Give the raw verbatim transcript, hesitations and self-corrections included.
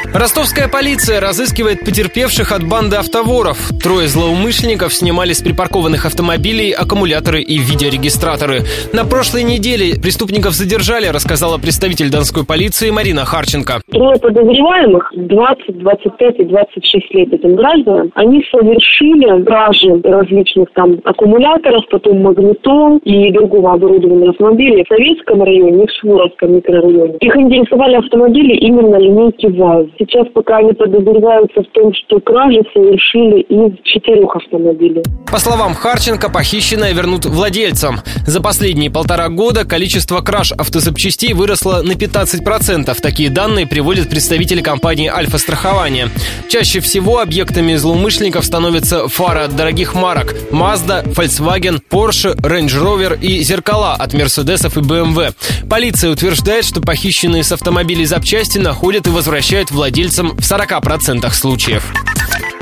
Ростовская полиция разыскивает потерпевших от банды автоворов. Трое злоумышленников снимали с припаркованных автомобилей аккумуляторы и видеорегистраторы. На прошлой неделе преступников задержали, рассказала представитель донской полиции Марина Харченко. Трое подозреваемых, двадцать, двадцать пять и двадцать шесть лет этим гражданам, они совершили кражи различных там аккумуляторов, потом магнитол и другого оборудования автомобилей в Советском районе и в Суворовском микрорайоне. Их интересовали автомобили именно линейки ВАЗ. Сейчас пока они подозреваются в том, что кражи совершили из четырех автомобилей. По словам Харченко, похищенное вернут владельцам. За последние полтора года количество краж автозапчастей выросло на пятнадцать процентов. Такие данные приводят представители компании «Альфа-страхование». Чаще всего объектами злоумышленников становятся фары от дорогих марок – Mazda, Volkswagen, Porsche, Range Rover и зеркала от Мерседесов и бэ эм вэ. Полиция утверждает, что похищенные с автомобилей запчасти находят и возвращают владельцам в сорока процентах случаев.